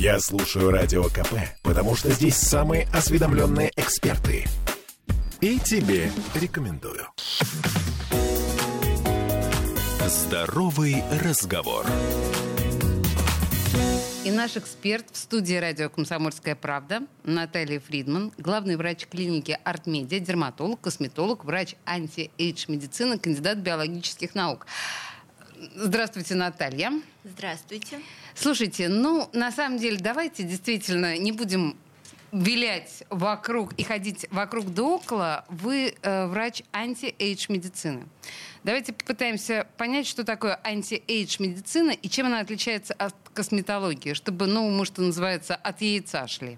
Я слушаю Радио КП, потому что здесь самые осведомленные эксперты. И тебе рекомендую. Здоровый разговор. И наш эксперт в студии радио «Комсомольская правда» Наталья Фридман, главный врач клиники «Артмедиа», дерматолог, косметолог, врач анти-эйдж-медицины, кандидат биологических наук. Здравствуйте, Наталья. Здравствуйте. Слушайте, на самом деле, давайте действительно не будем вилять вокруг и ходить вокруг да около. Вы врач анти-эйдж-медицины. Давайте попытаемся понять, что такое анти-эйдж-медицина и чем она отличается от косметологии, чтобы, мы, что называется, от яйца шли.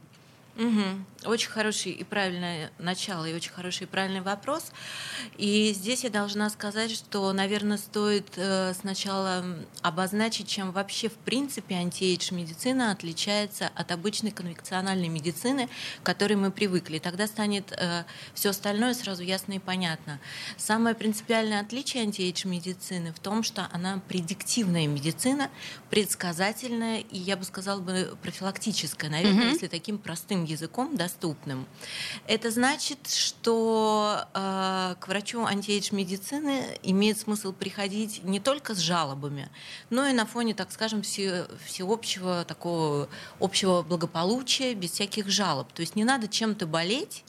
Очень хороший и правильное начало, и очень хороший и правильный вопрос. И здесь я должна сказать, что, наверное, стоит сначала обозначить, чем вообще в принципе анти-эйдж-медицина отличается от обычной конвенциональной медицины, к которой мы привыкли. Тогда станет все остальное сразу ясно и понятно. Самое принципиальное отличие анти-эйдж-медицины в том, что она предиктивная медицина, предсказательная и, я бы сказала, профилактическая, наверное, если таким простым языком, доступным. Это значит, что к врачу анти-эйдж-медицины имеет смысл приходить не только с жалобами, но и на фоне, так скажем, всеобщего такого общего благополучия, без всяких жалоб. То есть не надо чем-то болеть,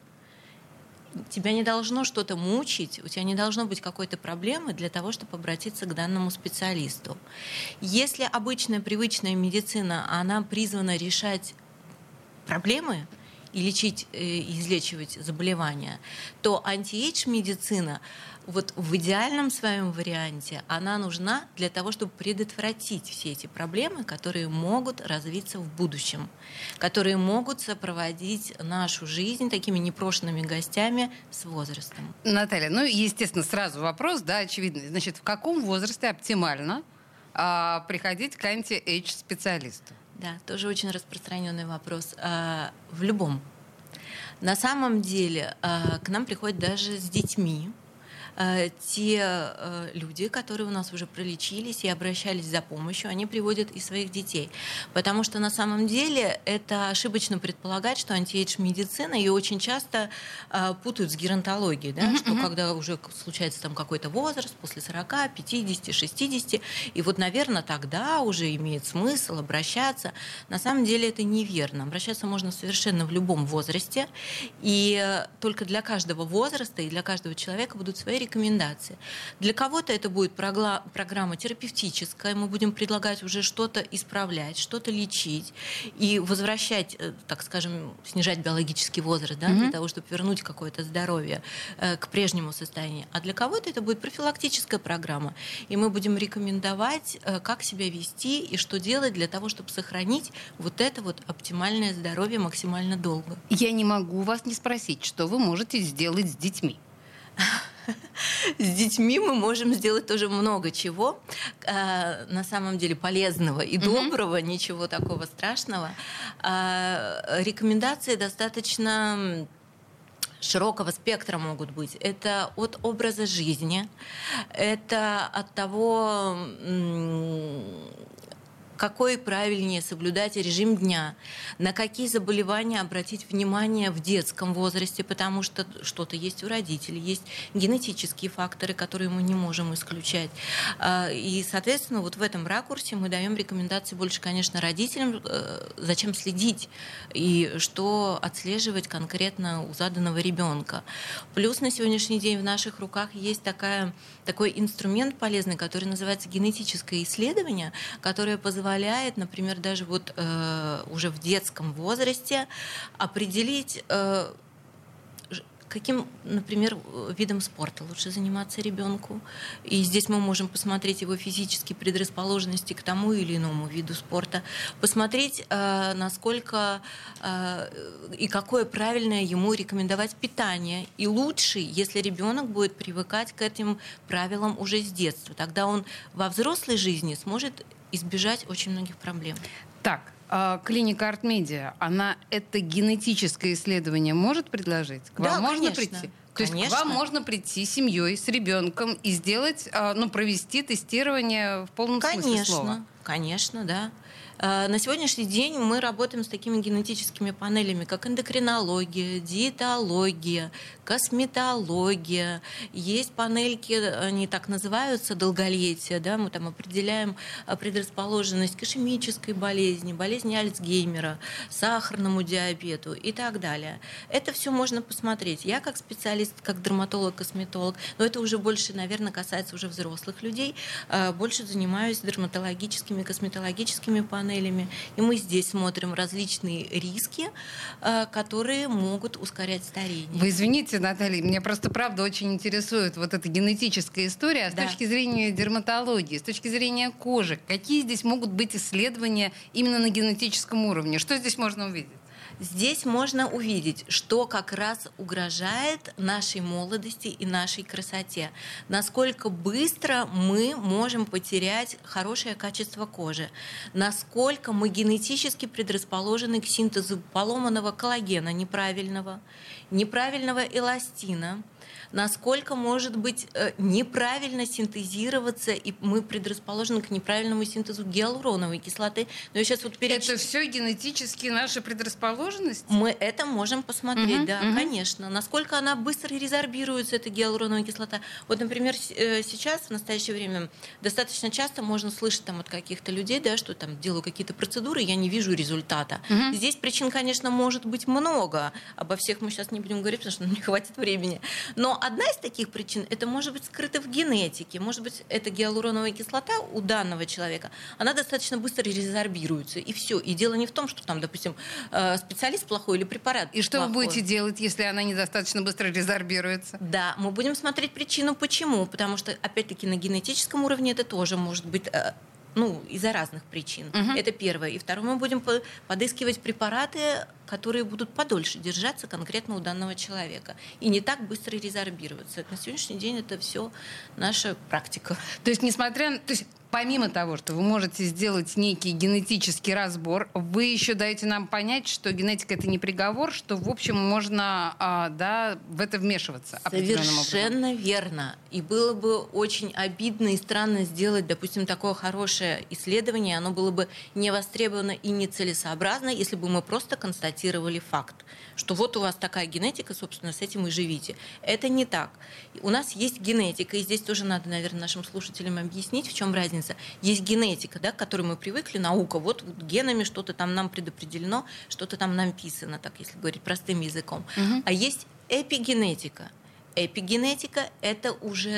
тебя не должно что-то мучить, у тебя не должно быть какой-то проблемы для того, чтобы обратиться к данному специалисту. Если обычная привычная медицина, она призвана решать проблемы и лечить, и излечивать заболевания, то анти-эйдж-медицина вот в идеальном своем варианте она нужна для того, чтобы предотвратить все эти проблемы, которые могут развиться в будущем, которые могут сопроводить нашу жизнь такими непрошенными гостями с возрастом. Наталья, естественно, сразу вопрос, очевидный. Значит, в каком возрасте оптимально приходить к анти-эйдж-специалисту? Да, тоже очень распространенный вопрос. В любом. На самом деле к нам приходят даже с детьми те люди, которые у нас уже пролечились и обращались за помощью, они приводят и своих детей. Потому что на самом деле это ошибочно предполагать, что анти-эйдж-медицина ее очень часто путают с геронтологией, да? Что когда уже случается там какой-то возраст, после 40, 50, 60, и вот, наверное, тогда уже имеет смысл обращаться. На самом деле это неверно. Обращаться можно совершенно в любом возрасте, и только для каждого возраста и для каждого человека будут свои рекомендации. Для кого-то это будет программа терапевтическая, мы будем предлагать уже что-то исправлять, что-то лечить и возвращать, так скажем, снижать биологический возраст, для того, чтобы вернуть какое-то здоровье к прежнему состоянию. А для кого-то это будет профилактическая программа, и мы будем рекомендовать, как себя вести и что делать для того, чтобы сохранить вот это вот оптимальное здоровье максимально долго. Я не могу вас не спросить, что вы можете сделать с детьми. С детьми мы можем сделать тоже много чего, на самом деле полезного и доброго, ничего такого страшного. Рекомендации достаточно широкого спектра могут быть. Это от образа жизни, это от того, какой правильнее соблюдать режим дня, на какие заболевания обратить внимание в детском возрасте, потому что что-то есть у родителей, есть генетические факторы, которые мы не можем исключать. И, соответственно, вот в этом ракурсе мы даем рекомендации больше, конечно, родителям, зачем следить и что отслеживать конкретно у заданного ребенка. Плюс на сегодняшний день в наших руках есть такой инструмент полезный, который называется генетическое исследование, которое позволяет, например, даже уже в детском возрасте определить, каким, например, видом спорта лучше заниматься ребенку. И здесь мы можем посмотреть его физические предрасположенности к тому или иному виду спорта, посмотреть, насколько и какое правильное ему рекомендовать питание. И лучше, если ребенок будет привыкать к этим правилам уже с детства. Тогда он во взрослой жизни сможет избежать очень многих проблем. Так, клиника Артмедиа, она это генетическое исследование может предложить? К вам можно прийти? То есть к вам можно прийти с семьей, с ребенком и сделать, провести тестирование в полном смысле слова? Конечно, да. На сегодняшний день мы работаем с такими генетическими панелями, как эндокринология, диетология, косметология. Есть панельки, они так называются, долголетие. Да? Мы там определяем предрасположенность к ишемической болезни, болезни Альцгеймера, сахарному диабету и так далее. Это все можно посмотреть. Я как специалист, как дерматолог, косметолог, но это уже больше, наверное, касается уже взрослых людей, больше занимаюсь дерматологическими, косметологическими панелями. И мы здесь смотрим различные риски, которые могут ускорять старение. Вы извините, Наталья, меня просто правда очень интересует вот эта генетическая история. А с точки зрения дерматологии, с точки зрения кожи, какие здесь могут быть исследования именно на генетическом уровне? Что здесь можно увидеть? Здесь можно увидеть, что как раз угрожает нашей молодости и нашей красоте. Насколько быстро мы можем потерять хорошее качество кожи. Насколько мы генетически предрасположены к синтезу поломанного коллагена неправильного эластина. Насколько может быть неправильно синтезироваться, и мы предрасположены к неправильному синтезу гиалуроновой кислоты. Но я сейчас вот Это все генетически наши предрасположенности? Мы это можем посмотреть, конечно. Насколько она быстро резорбируется, эта гиалуроновая кислота. Вот, например, сейчас, в настоящее время, достаточно часто можно слышать там, от каких-то людей, да, что там делаю какие-то процедуры, я не вижу результата. Здесь причин, конечно, может быть много. Обо всех мы сейчас не будем говорить, потому что нам не хватит времени. Но одна из таких причин, это может быть скрыто в генетике. Может быть, эта гиалуроновая кислота у данного человека, она достаточно быстро резорбируется, и все. И дело не в том, что там, допустим, специалист плохой или препарат И что плохой. вы будете делать, если она недостаточно быстро резорбируется? Да, мы будем смотреть причину, почему. Потому что, опять-таки, на генетическом уровне это тоже может быть... из-за разных причин. Это первое. И второе, мы будем подыскивать препараты, которые будут подольше держаться конкретно у данного человека и не так быстро резорбироваться. На сегодняшний день это все наша практика. То есть, помимо того, что вы можете сделать некий генетический разбор, вы еще даете нам понять, что генетика — это не приговор, что, в общем, можно в это вмешиваться определенным образом. Совершенно верно. И было бы очень обидно и странно сделать, допустим, такое хорошее исследование, оно было бы не востребовано и нецелесообразно, если бы мы просто констатировали факт, что вот у вас такая генетика, собственно, с этим и живите. Это не так. У нас есть генетика, и здесь тоже надо, наверное, нашим слушателям объяснить, в чем разница. Есть генетика, да, к которой мы привыкли, наука, вот генами что-то там нам предопределено, что-то там нам писано, так если говорить простым языком. А есть эпигенетика. Эпигенетика — это уже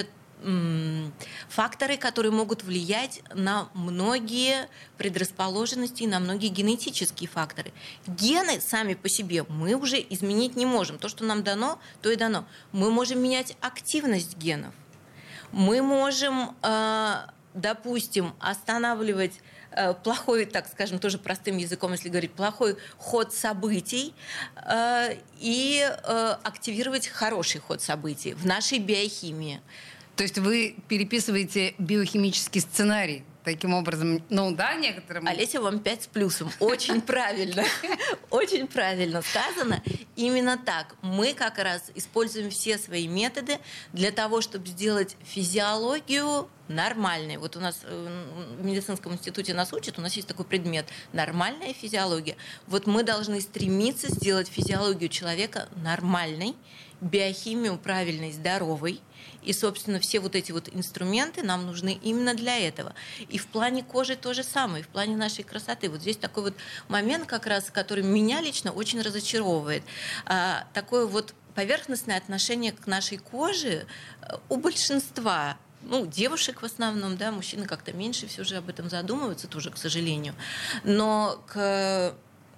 факторы, которые могут влиять на многие предрасположенности и на многие генетические факторы. Гены сами по себе мы уже изменить не можем. То, что нам дано, то и дано. Мы можем менять активность генов. Мы можем, допустим, останавливать плохой, так скажем, тоже простым языком, если говорить, плохой ход событий и активировать хороший ход событий в нашей биохимии. То есть вы переписываете биохимический сценарий таким образом, некоторым... Олеся, вам 5 с плюсом. Очень правильно. Очень правильно сказано. Именно так. Мы как раз используем все свои методы для того, чтобы сделать физиологию нормальной. Вот у нас в медицинском институте нас учат, у нас есть такой предмет — нормальная физиология. Вот мы должны стремиться сделать физиологию человека нормальной, биохимию правильной, здоровой. И, собственно, все вот эти вот инструменты нам нужны именно для этого. И в плане кожи то же самое, и в плане нашей красоты. Вот здесь такой вот момент, как раз, который меня лично очень разочаровывает. Такое вот поверхностное отношение к нашей коже у большинства, девушек в основном, да, мужчины как-то меньше все же об этом задумываются, тоже, к сожалению. Но к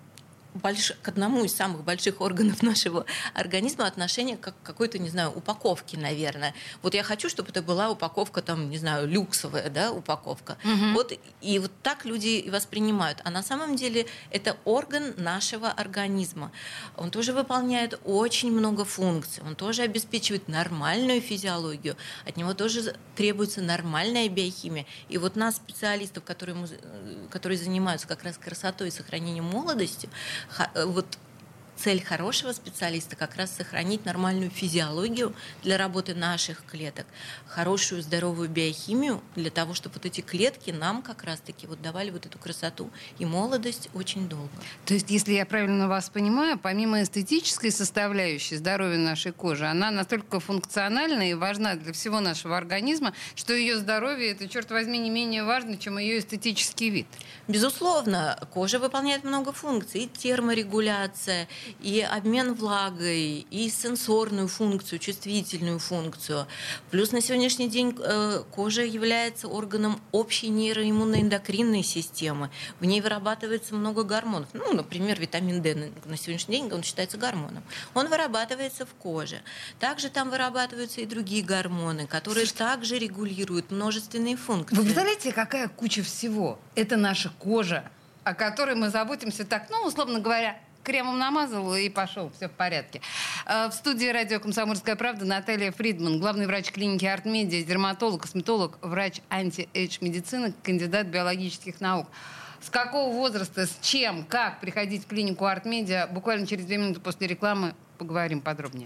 одному из самых больших органов нашего организма отношение как к какой-то, не знаю, упаковке, наверное. Вот я хочу, чтобы это была упаковка, там, не знаю, люксовая, да, упаковка. Вот, и вот так люди и воспринимают. А на самом деле это орган нашего организма. Он тоже выполняет очень много функций. Он тоже обеспечивает нормальную физиологию. От него тоже требуется нормальная биохимия. И вот нас, специалистов, которые занимаются как раз красотой и сохранением молодости, вот цель хорошего специалиста как раз сохранить нормальную физиологию для работы наших клеток, хорошую здоровую биохимию для того, чтобы вот эти клетки нам как раз-таки вот давали вот эту красоту и молодость очень долго. То есть, если я правильно вас понимаю, помимо эстетической составляющей здоровья нашей кожи, она настолько функциональна и важна для всего нашего организма, что ее здоровье — это, черт возьми, не менее важно, чем ее эстетический вид. Безусловно, кожа выполняет много функций. И терморегуляция, и обмен влагой, и сенсорную функцию, чувствительную функцию. Плюс на сегодняшний день кожа является органом общей нейроиммуноэндокринной системы. В ней вырабатывается много гормонов. Ну, например, витамин D на сегодняшний день он считается гормоном. Он вырабатывается в коже. Также там вырабатываются и другие гормоны, которые также регулируют множественные функции. Вы представляете, какая куча всего? Это наша кожа, о которой мы заботимся так, ну, условно говоря, кремом намазал и пошел, все в порядке. В студии радио «Комсомольская правда» Наталья Фридман, главный врач клиники «Артмедиа», дерматолог, косметолог, врач анти-эйдж медицины, кандидат биологических наук. С какого возраста, с чем, как приходить в клинику «Артмедиа»? Буквально через 2 минуты после рекламы поговорим подробнее.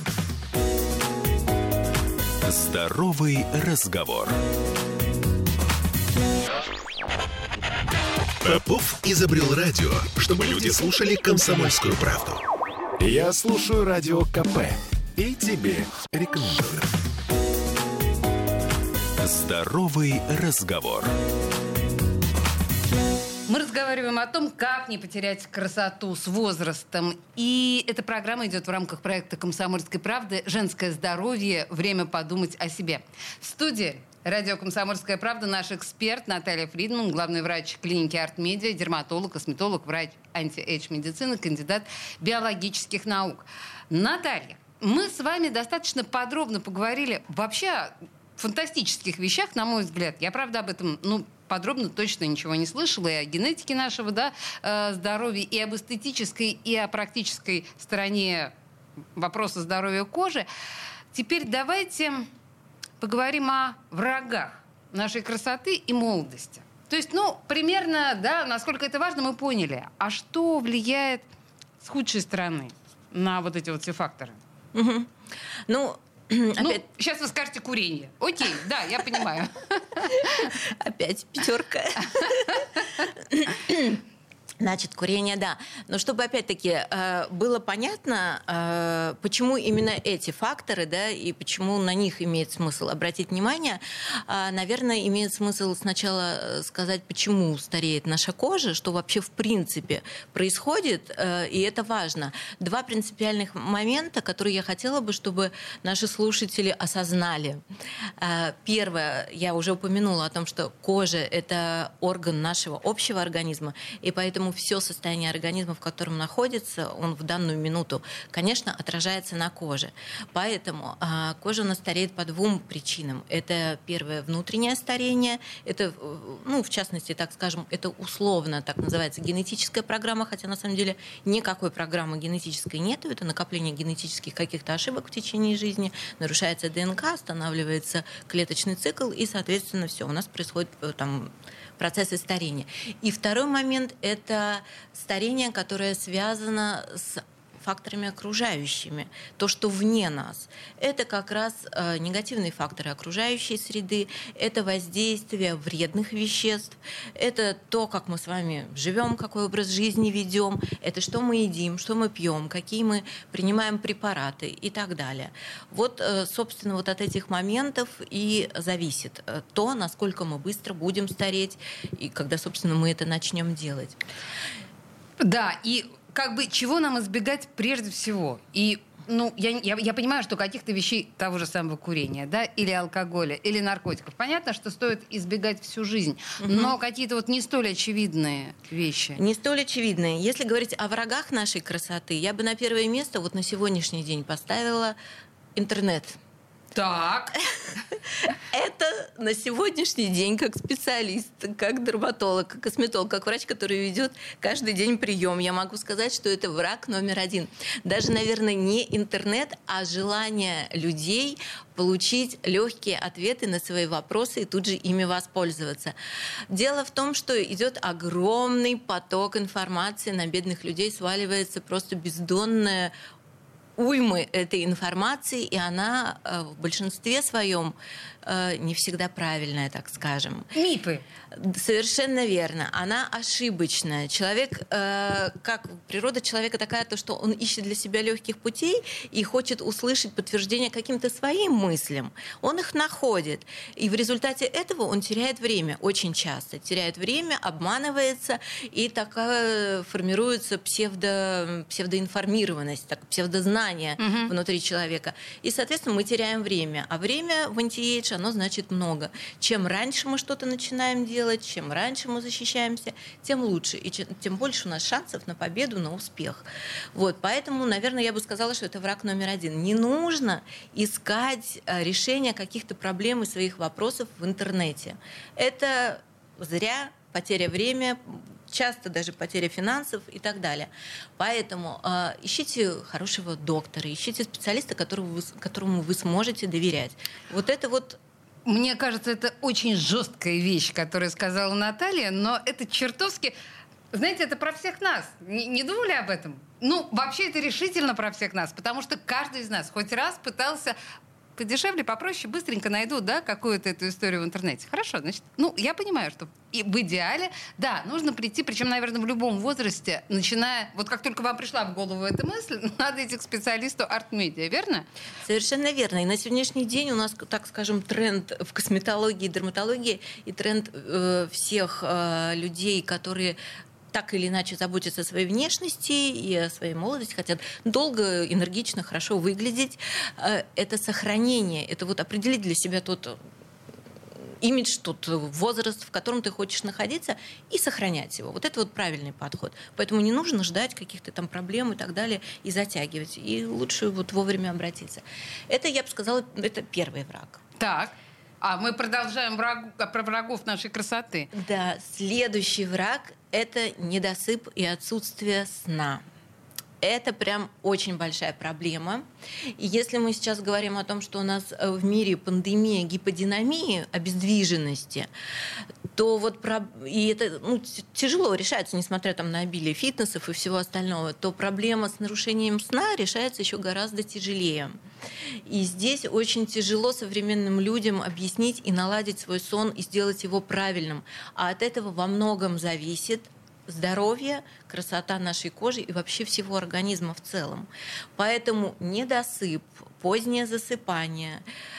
Здоровый разговор. Попов изобрел радио, чтобы люди слушали «Комсомольскую правду». Я слушаю радио КП и тебе рекомендую. Здоровый разговор. Мы разговариваем о том, как не потерять красоту с возрастом. И эта программа идет в рамках проекта «Комсомольской правды. Женское здоровье. Время подумать о себе». В студии радио «Комсомольская правда» наш эксперт Наталья Фридман, главный врач клиники «Артмедиа», дерматолог, косметолог, врач анти-эйдж медицины, кандидат биологических наук. Наталья, мы с вами достаточно подробно поговорили вообще о фантастических вещах, на мой взгляд. Я, правда, об этом, подробно точно ничего не слышала. И о генетике нашего, здоровья, и об эстетической, и о практической стороне вопроса здоровья кожи. Теперь давайте поговорим о врагах нашей красоты и молодости. То есть, примерно, насколько это важно, мы поняли. А что влияет с худшей стороны на вот эти вот все факторы? Угу. Сейчас вы скажете курение. Окей, да, я понимаю. Опять 5. Значит, курение, да. Но чтобы, опять-таки, было понятно, почему именно эти факторы, и почему на них имеет смысл обратить внимание, наверное, имеет смысл сначала сказать, почему стареет наша кожа, что вообще в принципе происходит, и это важно. 2 принципиальных момента, которые я хотела бы, чтобы наши слушатели осознали. Первое, я уже упомянула о том, что кожа – это орган нашего общего организма, и поэтому все состояние организма, в котором находится, он в данную минуту, конечно, отражается на коже. Поэтому кожа у нас стареет по 2 причинам. Это первое — внутреннее старение. Это, в частности, так скажем, это условно так называется генетическая программа, хотя на самом деле никакой программы генетической нету. Это накопление генетических каких-то ошибок в течение жизни. Нарушается ДНК, останавливается клеточный цикл, и, соответственно, все, у нас происходит процессы старения. И второй момент – это старение, которое связано с факторами окружающими, то, что вне нас. Это как раз негативные факторы окружающей среды, это воздействие вредных веществ, это то, как мы с вами живем, какой образ жизни ведем, это что мы едим, что мы пьем, какие мы принимаем препараты и так далее. Вот, собственно, вот от этих моментов и зависит то, насколько мы быстро будем стареть и когда, собственно, мы это начнем делать. Да, и чего нам избегать прежде всего? И, я понимаю, что каких-то вещей, того же самого курения, или алкоголя, или наркотиков, понятно, что стоит избегать всю жизнь, но какие-то не столь очевидные вещи. Не столь очевидные. Если говорить о врагах нашей красоты, я бы на первое место на сегодняшний день поставила интернет. Так. Это на сегодняшний день как специалист, как дерматолог, как косметолог, как врач, который ведет каждый день прием, я могу сказать, что это враг номер один. Даже, наверное, не интернет, а желание людей получить легкие ответы на свои вопросы и тут же ими воспользоваться. Дело в том, что идет огромный поток информации, на бедных людей сваливается просто бездонная уймы этой информации, и она в большинстве своем не всегда правильная, так скажем. Мифы. Совершенно верно. Она ошибочная. Человек, как природа человека такая, то, что он ищет для себя легких путей и хочет услышать подтверждение каким-то своим мыслям. Он их находит. И в результате этого он теряет время, очень часто. Теряет время, обманывается, и такая формируется псевдоинформированность, псевдознание внутри человека. И, соответственно, мы теряем время. А время в антиэйдж, оно значит много. Чем раньше мы что-то начинаем делать, чем раньше мы защищаемся, тем лучше. И тем больше у нас шансов на победу, на успех. Вот, поэтому, наверное, я бы сказала, что это враг номер один. Не нужно искать решение каких-то проблем и своих вопросов в интернете. Это зря, потеря времени, часто даже потеря финансов и так далее. Поэтому ищите хорошего доктора, ищите специалиста, которому вы сможете доверять. Вот это вот. Мне кажется, это очень жесткая вещь, которую сказала Наталья, но это чертовски... Знаете, это про всех нас. Не думали об этом? Ну, вообще это решительно про всех нас, потому что каждый из нас хоть раз пытался подешевле, попроще, быстренько найду, да, какую-то эту историю в интернете. Хорошо, значит, я понимаю, что и в идеале, да, нужно прийти, причем, наверное, в любом возрасте, начиная, вот как только вам пришла в голову эта мысль, надо идти к специалисту арт-медиа, верно? Совершенно верно. И на сегодняшний день у нас, так скажем, тренд в косметологии и дерматологии, и тренд всех людей, которые так или иначе заботятся о своей внешности и о своей молодости, хотят долго, энергично, хорошо выглядеть. Это сохранение, это вот определить для себя тот имидж, тот возраст, в котором ты хочешь находиться, и сохранять его. Вот это вот правильный подход. Поэтому не нужно ждать каких-то там проблем и так далее, и затягивать. И лучше вот вовремя обратиться. Это, я бы сказала, это первый враг. Так. А мы продолжаем про врагов нашей красоты. Да, следующий враг – это недосып и отсутствие сна. Это прям очень большая проблема. И если мы сейчас говорим о том, что у нас в мире пандемия гиподинамии, обездвиженности, то вот и это тяжело решается, несмотря там на обилие фитнесов и всего остального, то проблема с нарушением сна решается еще гораздо тяжелее. И здесь очень тяжело современным людям объяснить и наладить свой сон и сделать его правильным. А от этого во многом зависит здоровье, красота нашей кожи и вообще всего организма в целом. Поэтому недосып, позднее засыпание,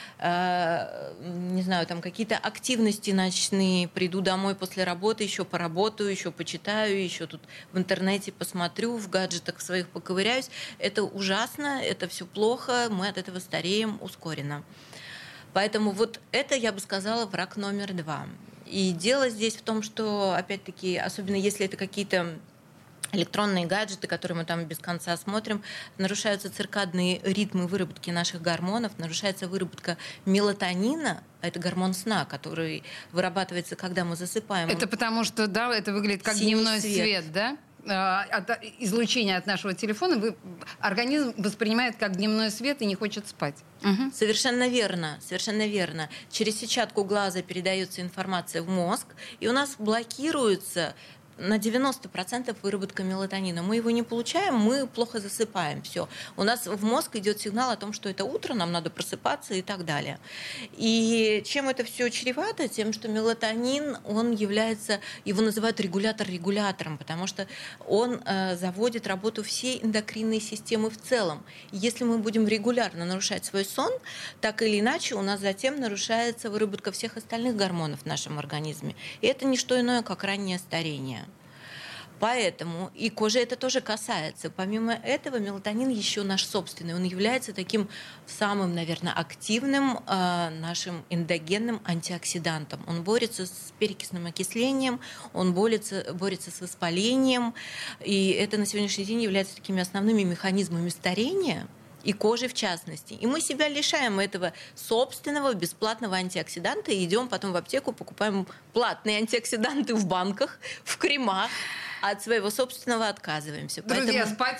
не знаю, там какие-то активности ночные, приду домой после работы, еще поработаю, еще почитаю, еще тут в интернете посмотрю, в гаджетах своих поковыряюсь. Это ужасно, это все плохо, мы от этого стареем ускоренно. Поэтому вот это, я бы сказала, враг номер 2. И дело здесь в том, что, опять-таки, особенно если это какие-то электронные гаджеты, которые мы там без конца смотрим, нарушаются циркадные ритмы выработки наших гормонов, нарушается выработка мелатонина, а это гормон сна, который вырабатывается, когда мы засыпаем. Это потому что, да, это выглядит как дневной свет, да? Излучение от нашего телефона организм воспринимает как дневной свет и не хочет спать. Угу. Совершенно верно, совершенно верно. Через сетчатку глаза передается информация в мозг, и у нас блокируется на 90% выработка мелатонина. Мы его не получаем, мы плохо засыпаем. Все. У нас в мозг идет сигнал о том, что это утро, нам надо просыпаться и так далее. И чем это все чревато? Тем, что мелатонин, он является, его называют регулятором, потому что он заводит работу всей эндокринной системы в целом. И если мы будем регулярно нарушать свой сон, так или иначе у нас затем нарушается выработка всех остальных гормонов в нашем организме. И это не что иное, как раннее старение. Поэтому и кожи это тоже касается. Помимо этого, мелатонин еще наш собственный. Он является таким самым, наверное, активным нашим эндогенным антиоксидантом. Он борется с перекисным окислением, он борется с воспалением. И это на сегодняшний день является такими основными механизмами старения и кожи в частности. И мы себя лишаем этого собственного бесплатного антиоксиданта и идем потом в аптеку, покупаем платные антиоксиданты в банках, в кремах, а от своего собственного отказываемся. Друзья, спать.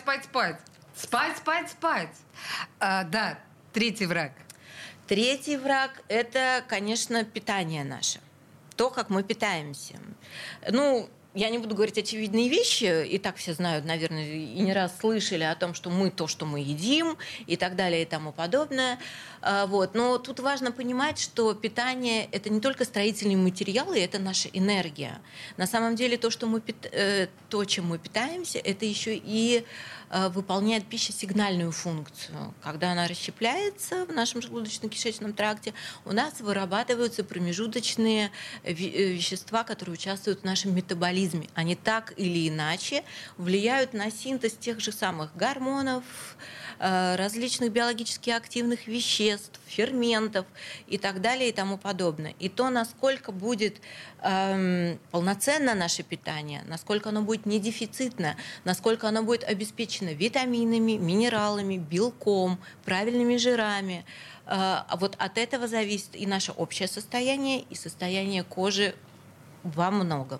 Спать. Да, третий враг. Третий враг – это, конечно, питание наше. То, как мы питаемся. Я не буду говорить очевидные вещи, и так все знают, наверное, и не раз слышали о том, что мы то, что мы едим, и так далее, и тому подобное. Но тут важно понимать, что питание – это не только строительные материалы, это наша энергия. На самом деле то, чем мы питаемся, это еще и выполняет пищесигнальную функцию. Когда она расщепляется в нашем желудочно-кишечном тракте, у нас вырабатываются промежуточные вещества, которые участвуют в нашем метаболизме. Они так или иначе влияют на синтез тех же самых гормонов, различных биологически активных веществ, ферментов и так далее и тому подобное. И то, насколько будет полноценно наше питание, насколько оно будет недефицитно, насколько оно будет обеспечено витаминами, минералами, белком, правильными жирами. Вот от этого зависит и наше общее состояние, и состояние кожи во многом.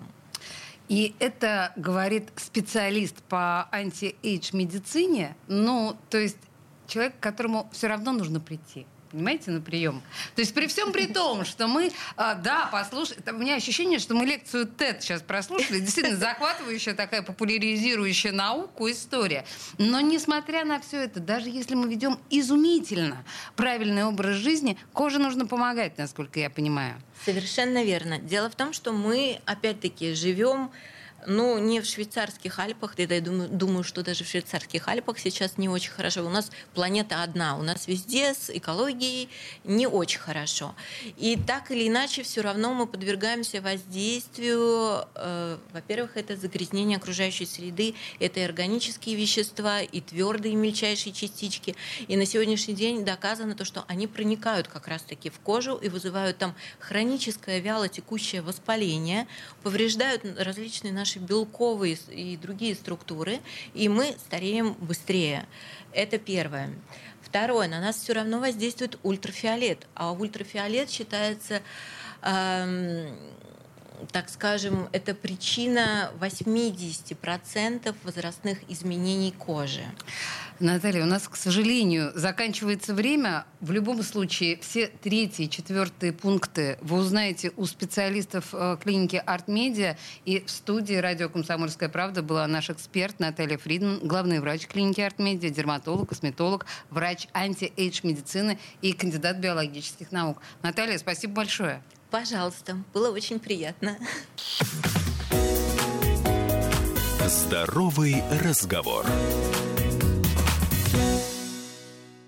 И это говорит специалист по анти-эйдж медицине, то есть человек, к которому все равно нужно прийти. Понимаете, на прием. То есть при всем при том, что мы, послушали, у меня ощущение, что мы лекцию TED сейчас прослушали, действительно захватывающая такая популяризирующая науку история. Но несмотря на все это, даже если мы ведем изумительно правильный образ жизни, коже нужно помогать, насколько я понимаю. Совершенно верно. Дело в том, что мы, опять-таки, живем не в швейцарских Альпах, я думаю, что даже в швейцарских Альпах сейчас не очень хорошо. У нас планета одна, у нас везде с экологией не очень хорошо. И так или иначе все равно мы подвергаемся воздействию. Во-первых, это загрязнение окружающей среды, это и органические вещества, и твердые мельчайшие частички. И на сегодняшний день доказано то, что они проникают как раз-таки в кожу и вызывают там хроническое вялотекущее воспаление, повреждают различные наши белковые и другие структуры, и мы стареем быстрее. Это первое. Второе, на нас все равно воздействует ультрафиолет, а ультрафиолет считается, так скажем, это причина 80% возрастных изменений кожи. Наталья, у нас, к сожалению, заканчивается время. В любом случае, все 3-й и 4-й пункты вы узнаете у специалистов клиники Арт Медиа. И в студии радио «Комсомольская правда» была наш эксперт Наталья Фридман, главный врач клиники Арт Медиа, дерматолог, косметолог, врач анти-эйдж медицины и кандидат биологических наук. Наталья, спасибо большое. Пожалуйста, было очень приятно. Здоровый разговор.